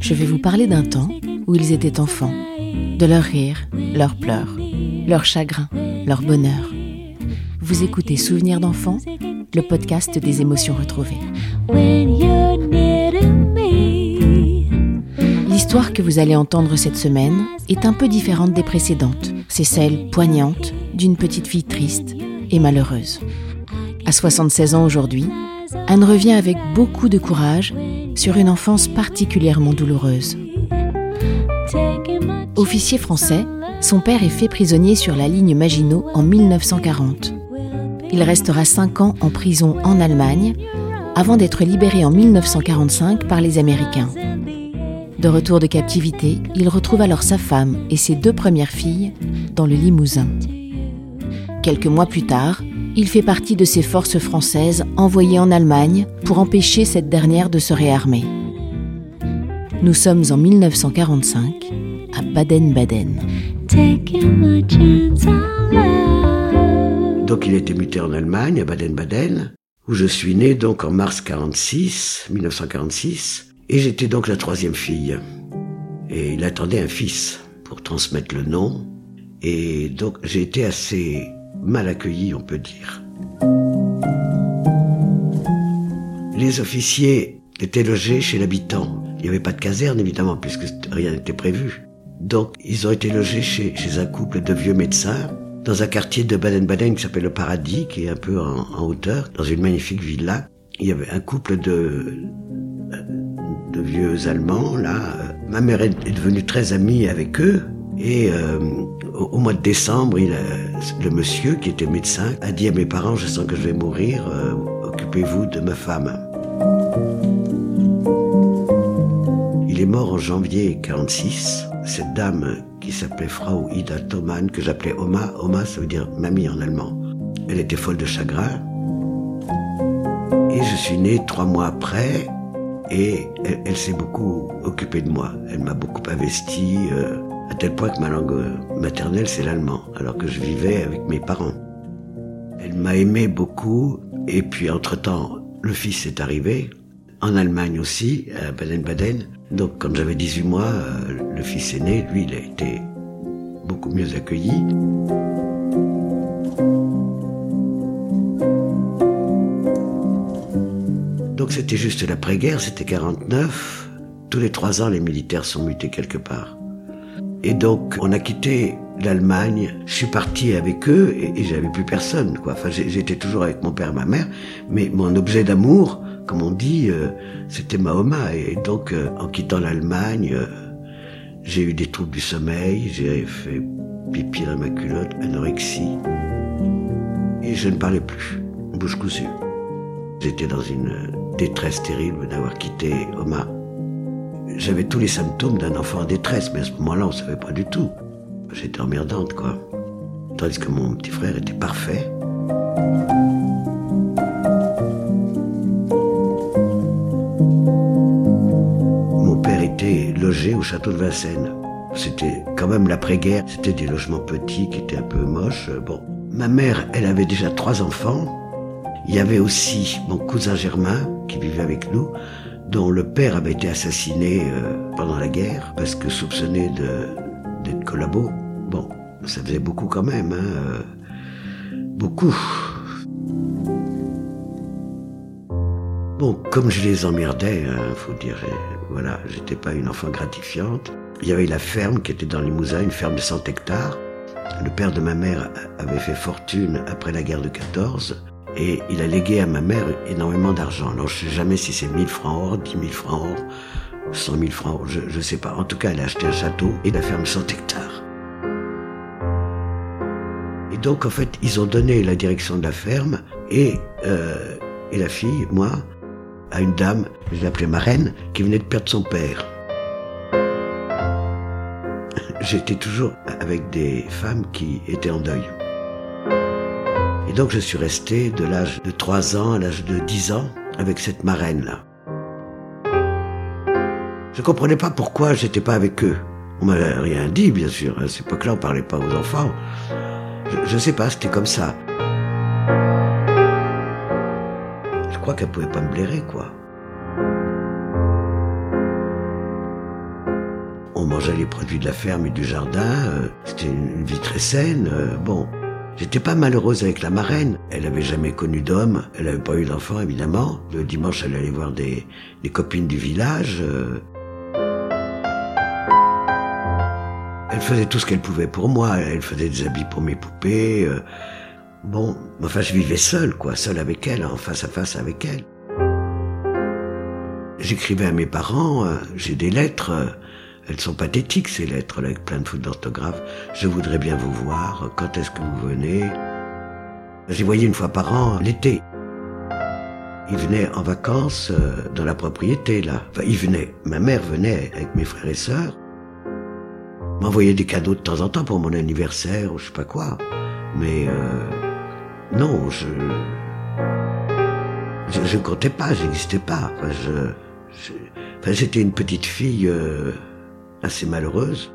je vais vous parler d'un temps où ils étaient enfants, de leurs rires, leurs pleurs, leurs chagrins, leur bonheur. Vous écoutez Souvenirs d'enfants, le podcast des émotions retrouvées. L'histoire que vous allez entendre cette semaine est un peu différente des précédentes. C'est celle poignante d'une petite fille triste et malheureuse. À 76 ans aujourd'hui, Anne revient avec beaucoup de courage sur une enfance particulièrement douloureuse. Officier français, son père est fait prisonnier sur la ligne Maginot en 1940. Il restera 5 ans en prison en Allemagne avant d'être libéré en 1945 par les Américains. De retour de captivité, il retrouve alors sa femme et ses 2 premières filles dans le Limousin. Quelques mois plus tard, il fait partie de ces forces françaises envoyées en Allemagne pour empêcher cette dernière de se réarmer. Nous sommes en 1945, à Baden-Baden. Donc il a été muté en Allemagne, à Baden-Baden, où je suis né donc en mars 1946, et j'étais donc la 3e fille. Et il attendait un fils pour transmettre le nom, et donc j'ai été assez mal accueilli, on peut dire. Les officiers étaient logés chez l'habitant. Il n'y avait pas de caserne, évidemment, puisque rien n'était prévu. Donc, ils ont été logés chez un couple de vieux médecins, dans un quartier de Baden-Baden qui s'appelle le Paradis, qui est un peu en hauteur, dans une magnifique villa. Il y avait un couple de vieux Allemands, là. Ma mère est devenue très amie avec eux, et au mois de décembre, le monsieur, qui était médecin, a dit à mes parents, je sens que je vais mourir, occupez-vous de ma femme. Il est mort en janvier 1946. Cette dame qui s'appelait Frau Ida Thomann, que j'appelais Oma. Oma, ça veut dire mamie en allemand. Elle était folle de chagrin. Et je suis né 3 mois après, et elle s'est beaucoup occupée de moi. Elle m'a beaucoup investi, à tel point que ma langue maternelle, c'est l'allemand, alors que je vivais avec mes parents. Elle m'a aimé beaucoup, et puis entre-temps, le fils est arrivé, en Allemagne aussi, à Baden-Baden. Donc quand j'avais 18 mois, le fils aîné, lui, il a été beaucoup mieux accueilli. Donc c'était juste l'après-guerre, c'était 49. Tous les 3 ans, les militaires sont mutés quelque part. Et donc, on a quitté l'Allemagne, je suis parti avec eux et j'avais plus personne, quoi. Enfin, j'étais toujours avec mon père et ma mère, mais mon objet d'amour, comme on dit, c'était ma Oma. Et donc, en quittant l'Allemagne, j'ai eu des troubles du sommeil, j'ai fait pipi dans ma culotte, anorexie. Et je ne parlais plus, bouche cousue. J'étais dans une détresse terrible d'avoir quitté Oma. J'avais tous les symptômes d'un enfant en détresse, mais à ce moment-là, on ne savait pas du tout. J'étais emmerdante, quoi. Tandis que mon petit frère était parfait. Mon père était logé au château de Vincennes. C'était quand même l'après-guerre. C'était des logements petits qui étaient un peu moches. Bon. Ma mère, elle avait déjà 3 enfants. Il y avait aussi mon cousin Germain, qui vivait avec nous, dont le père avait été assassiné pendant la guerre, parce que soupçonné d'être collabo. Bon, ça faisait beaucoup quand même, hein, beaucoup. Bon, comme je les emmerdais, faut dire, voilà, j'étais pas une enfant gratifiante. Il y avait la ferme qui était dans le Limousin, une ferme de 100 hectares. Le père de ma mère avait fait fortune après la guerre de 14. Et il a légué à ma mère énormément d'argent. Alors je ne sais jamais si c'est 1000 francs or, 10 000 francs or, 100 000 francs or, je ne sais pas. En tout cas, elle a acheté un château et la ferme 100 hectares. Et donc, en fait, ils ont donné la direction de la ferme et la fille, moi, à une dame, je l'appelais marraine, qui venait de perdre son père. J'étais toujours avec des femmes qui étaient en deuil. Et donc je suis resté de l'âge de 3 ans à l'âge de 10 ans avec cette marraine-là. Je comprenais pas pourquoi j'étais pas avec eux. On m'a rien dit, bien sûr. À cette époque-là, on parlait pas aux enfants. Je sais pas, c'était comme ça. Je crois qu'elle pouvait pas me blairer, quoi. mangeait les produits de la ferme et du jardin. C'était une vie très saine. Bon, j'étais pas malheureuse avec la marraine. Elle avait jamais connu d'homme. Elle avait pas eu d'enfant, évidemment. Le dimanche, elle allait voir des copines du village. Elle faisait tout ce qu'elle pouvait pour moi. Elle faisait des habits pour mes poupées. Bon, enfin, je vivais seul, quoi, seul avec elle, en face à face avec elle. J'écrivais à mes parents, j'ai des lettres, elles sont pathétiques ces lettres, là, avec plein de fautes d'orthographe. Je voudrais bien vous voir, quand est-ce que vous venez? Je les voyais une fois par an, l'été. Ils venaient en vacances dans la propriété, là. Enfin, ils venaient, ma mère venait avec mes frères et sœurs, m'envoyait des cadeaux de temps en temps pour mon anniversaire ou je sais pas quoi. Mais non, je comptais pas, j'existais pas. Enfin, j'étais une petite fille assez malheureuse.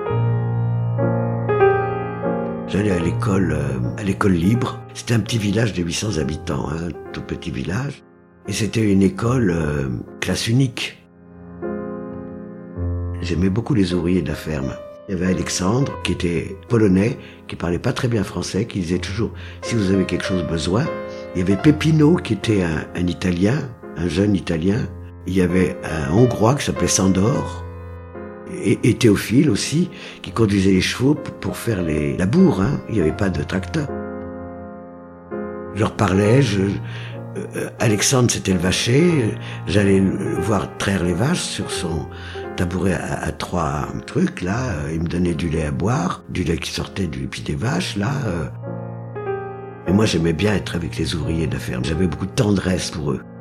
J'allais à l'école libre. C'était un petit village de 800 habitants, hein, tout petit village. Et c'était une école classe unique. J'aimais beaucoup les ouvriers de la ferme. Il y avait Alexandre, qui était polonais, qui parlait pas très bien français, qui disait toujours « si vous avez quelque chose besoin ». Il y avait Peppino, qui était un Italien, un jeune Italien. Il y avait un Hongrois qui s'appelait Sandor. Et Théophile aussi, qui conduisait les chevaux pour faire la bourre. Hein. Il n'y avait pas de tracteur. Je leur parlais, Alexandre c'était le vacher, j'allais le voir traire les vaches sur son tabouret à 3 trucs, là, il me donnait du lait à boire, du lait qui sortait du pied des vaches, là. Et moi j'aimais bien être avec les ouvriers de la ferme, j'avais beaucoup de tendresse pour eux.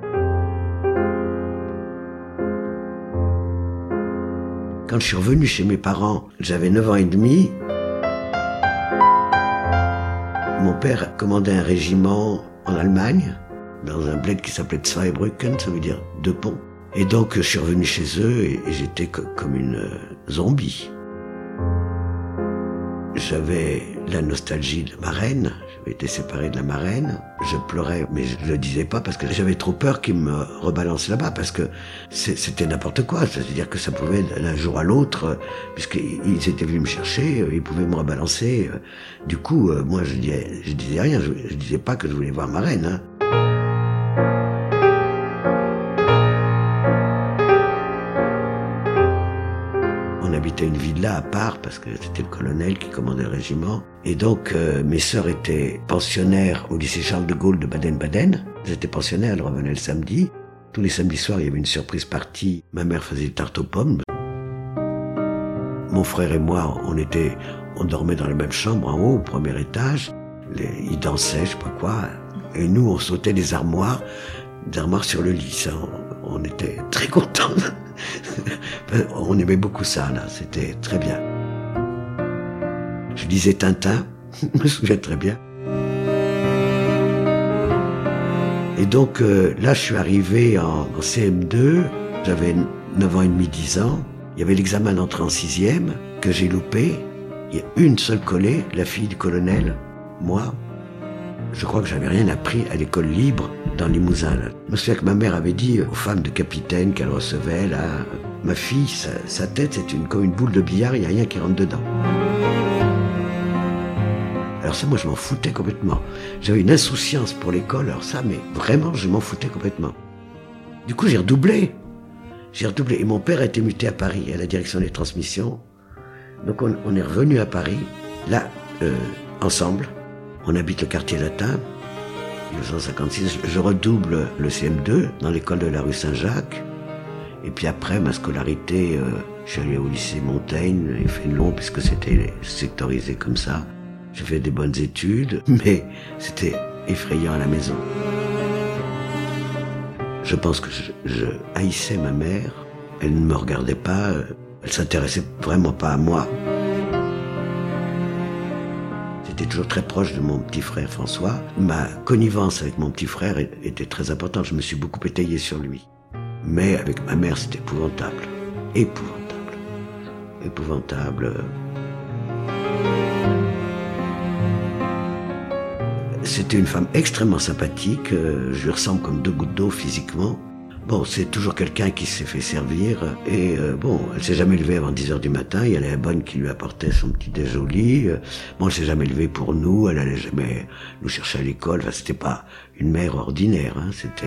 Quand je suis revenu chez mes parents, j'avais 9 ans et demi. Mon père commandait un régiment en Allemagne, dans un bled qui s'appelait Zweibrücken, ça veut dire 2 ponts. Et donc je suis revenu chez eux et j'étais comme une zombie. J'avais la nostalgie de ma reine, j'avais été séparé de la marraine, je pleurais, mais je le disais pas parce que j'avais trop peur qu'ils me rebalancent là-bas, parce que c'était n'importe quoi, c'est-à-dire que ça pouvait d'un jour à l'autre, puisqu'ils étaient venus me chercher, ils pouvaient me rebalancer. Du coup, moi je disais rien, je disais pas que je voulais voir ma reine, hein. On habitait une villa à part parce que c'était le colonel qui commandait le régiment. Et donc mes sœurs étaient pensionnaires au lycée Charles de Gaulle de Baden-Baden. Elles étaient pensionnaires, elles revenaient le samedi. Tous les samedis soirs, il y avait une surprise partie. Ma mère faisait des tartes aux pommes. Mon frère et moi, on dormait dans la même chambre en haut, au premier étage. Ils dansaient, je sais pas quoi. Et nous, on sautait des armoires sur le lit. Ça, on était très contents. On aimait beaucoup ça, là. C'était très bien. Je lisais Tintin, je me souviens très bien. Et donc, là, je suis arrivé en CM2. J'avais 9 ans et demi, 10 ans. Il y avait l'examen d'entrée en 6e que j'ai loupé. Il y a une seule collée, la fille du colonel, moi. Je crois que j'avais rien appris à l'école libre dans le Limousin, là. Je me souviens que ma mère avait dit aux femmes de capitaine qu'elle recevait, là, ma fille, sa tête, c'est comme une boule de billard, il n'y a rien qui rentre dedans. Alors ça, moi, je m'en foutais complètement. J'avais une insouciance pour l'école, alors ça, mais vraiment, je m'en foutais complètement. Du coup, j'ai redoublé. Et mon père a été muté à Paris, à la direction des transmissions. Donc, on est revenu à Paris, là, ensemble. On habite le quartier latin, 1956. Je redouble le CM2 dans l'école de la rue Saint-Jacques. Et puis après, ma scolarité, je suis allé au lycée Montaigne et Fénelon, puisque c'était sectorisé comme ça. J'ai fait des bonnes études, mais c'était effrayant à la maison. Je pense que je haïssais ma mère. Elle ne me regardait pas, elle s'intéressait vraiment pas à moi. J'étais toujours très proche de mon petit frère François. Ma connivence avec mon petit frère était très importante. Je me suis beaucoup étayé sur lui. Mais avec ma mère, c'était épouvantable. Épouvantable. C'était une femme extrêmement sympathique. Je lui ressemble comme 2 gouttes d'eau physiquement. Bon, c'est toujours quelqu'un qui s'est fait servir. Et bon, elle s'est jamais levée avant 10h du matin. Il y a la bonne qui lui apportait son petit déj au lit. Bon, elle s'est jamais levée pour nous. Elle allait jamais nous chercher à l'école. Enfin, c'était pas une mère ordinaire. Hein. C'était...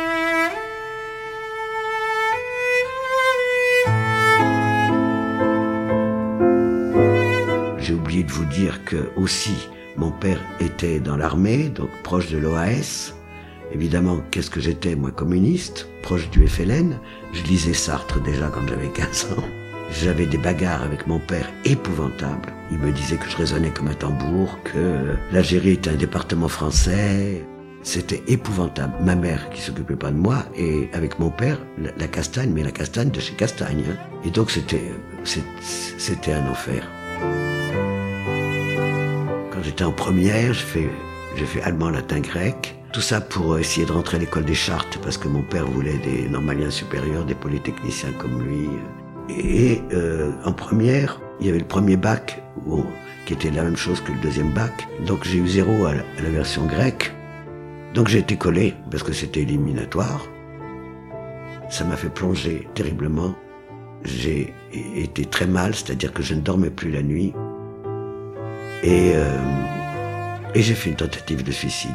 J'ai oublié de vous dire que aussi, mon père était dans l'armée, donc proche de l'OAS. Évidemment, qu'est-ce que j'étais, moi, communiste, proche du FLN. Je lisais Sartre déjà quand j'avais 15 ans. J'avais des bagarres avec mon père épouvantables. Il me disait que je résonnais comme un tambour, que l'Algérie était un département français. C'était épouvantable. Ma mère qui s'occupait pas de moi, et avec mon père, la castagne, mais la castagne de chez Castagne. Hein. Et donc c'était un enfer. Quand j'étais en première, j'ai fait allemand, latin, grec. Tout ça pour essayer de rentrer à l'école des Chartes, parce que mon père voulait des normaliens supérieurs, des polytechniciens comme lui. Et en première, il y avait le premier bac, qui était la même chose que le deuxième bac. Donc j'ai eu 0 à la version grecque. Donc j'ai été collé, parce que c'était éliminatoire. Ça m'a fait plonger terriblement. J'ai été très mal, c'est-à-dire que je ne dormais plus la nuit. Et j'ai fait une tentative de suicide.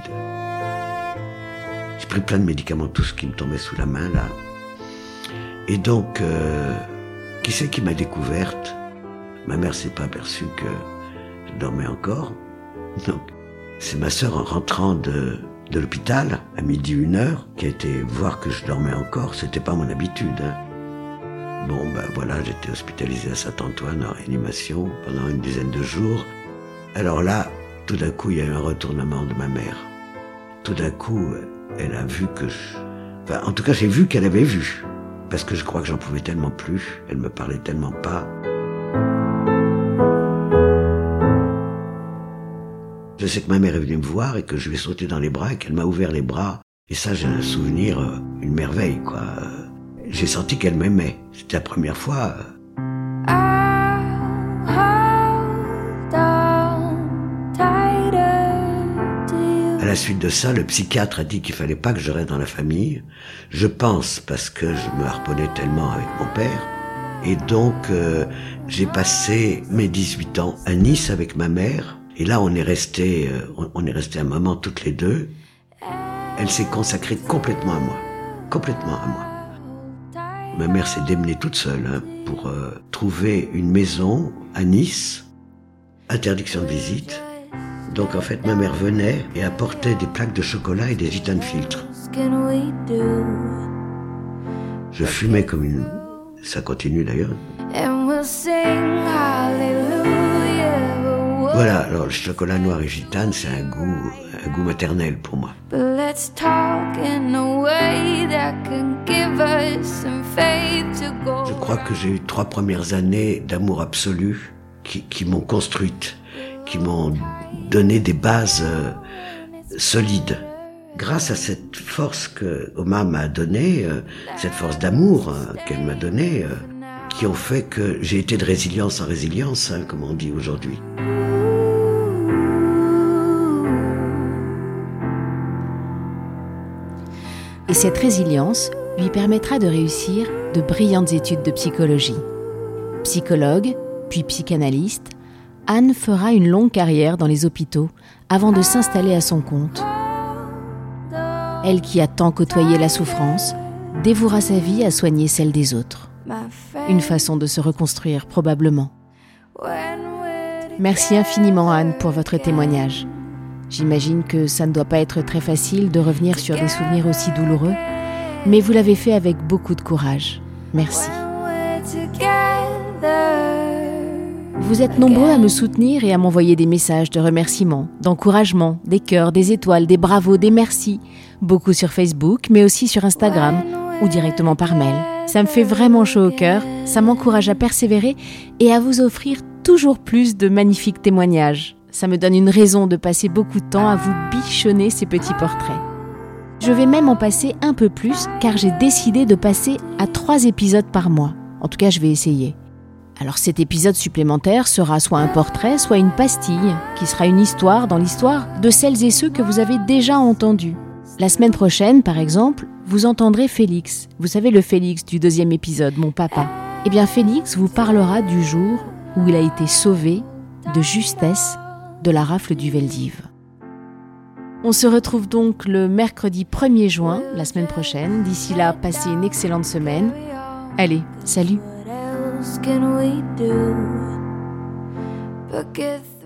J'ai pris plein de médicaments, tout ce qui me tombait sous la main, là. Et donc, qui c'est qui m'a découverte? Ma mère s'est pas aperçue que je dormais encore. Donc, c'est ma sœur en rentrant de l'hôpital, à 12h, 1h, qui a été voir que je dormais encore. C'était pas mon habitude, hein. Bon, ben voilà, j'étais hospitalisé à Saint-Antoine en réanimation pendant une dizaine de jours. Alors là, tout d'un coup, il y a eu un retournement de ma mère. Tout d'un coup, elle a vu que Enfin, en tout cas, j'ai vu qu'elle avait vu. Parce que je crois que j'en pouvais tellement plus. Elle me parlait tellement pas. Je sais que ma mère est venue me voir et que je lui ai sauté dans les bras et qu'elle m'a ouvert les bras. Et ça, j'ai un souvenir, une merveille, quoi. J'ai senti qu'elle m'aimait. C'était la première fois. À la suite de ça, le psychiatre a dit qu'il fallait pas que je reste dans la famille. Je pense parce que je me harponnais tellement avec mon père. Et donc, j'ai passé mes 18 ans à Nice avec ma mère. Et là, on est resté un moment toutes les deux. Elle s'est consacrée complètement à moi. Complètement à moi. Ma mère s'est démenée toute seule hein, pour trouver une maison à Nice. Interdiction de visite. Donc en fait, ma mère venait et apportait des plaques de chocolat et des gitanes filtres. Je fumais comme une... Ça continue d'ailleurs. Voilà, alors le chocolat noir et gitane, c'est un goût maternel pour moi. Je crois que j'ai eu 3 premières années d'amour absolu qui m'ont construite, qui m'ont donné des bases solides. Grâce à cette force que Oma m'a donnée, cette force d'amour qu'elle m'a donnée, qui ont fait que j'ai été de résilience en résilience, hein, comme on dit aujourd'hui. Et cette résilience lui permettra de réussir de brillantes études de psychologie. Psychologue, puis psychanalyste, Anne fera une longue carrière dans les hôpitaux avant de s'installer à son compte. Elle qui a tant côtoyé la souffrance, dévouera sa vie à soigner celle des autres. Une façon de se reconstruire probablement. Merci infiniment Anne pour votre témoignage. J'imagine que ça ne doit pas être très facile de revenir sur des souvenirs aussi douloureux, mais vous l'avez fait avec beaucoup de courage. Merci. Vous êtes nombreux à me soutenir et à m'envoyer des messages de remerciements, d'encouragement, des cœurs, des étoiles, des bravos, des merci. Beaucoup sur Facebook, mais aussi sur Instagram ou directement par mail. Ça me fait vraiment chaud au cœur, ça m'encourage à persévérer et à vous offrir toujours plus de magnifiques témoignages. Ça me donne une raison de passer beaucoup de temps à vous bichonner ces petits portraits. Je vais même en passer un peu plus car j'ai décidé de passer à 3 épisodes par mois. En tout cas, je vais essayer. Alors cet épisode supplémentaire sera soit un portrait, soit une pastille, qui sera une histoire dans l'histoire de celles et ceux que vous avez déjà entendus. La semaine prochaine, par exemple, vous entendrez Félix. Vous savez, le Félix du 2e épisode, mon papa. Eh bien, Félix vous parlera du jour où il a été sauvé de justesse de la rafle du Veldiv. On se retrouve donc le mercredi 1er juin, la semaine prochaine. D'ici là, passez une excellente semaine. Allez, salut!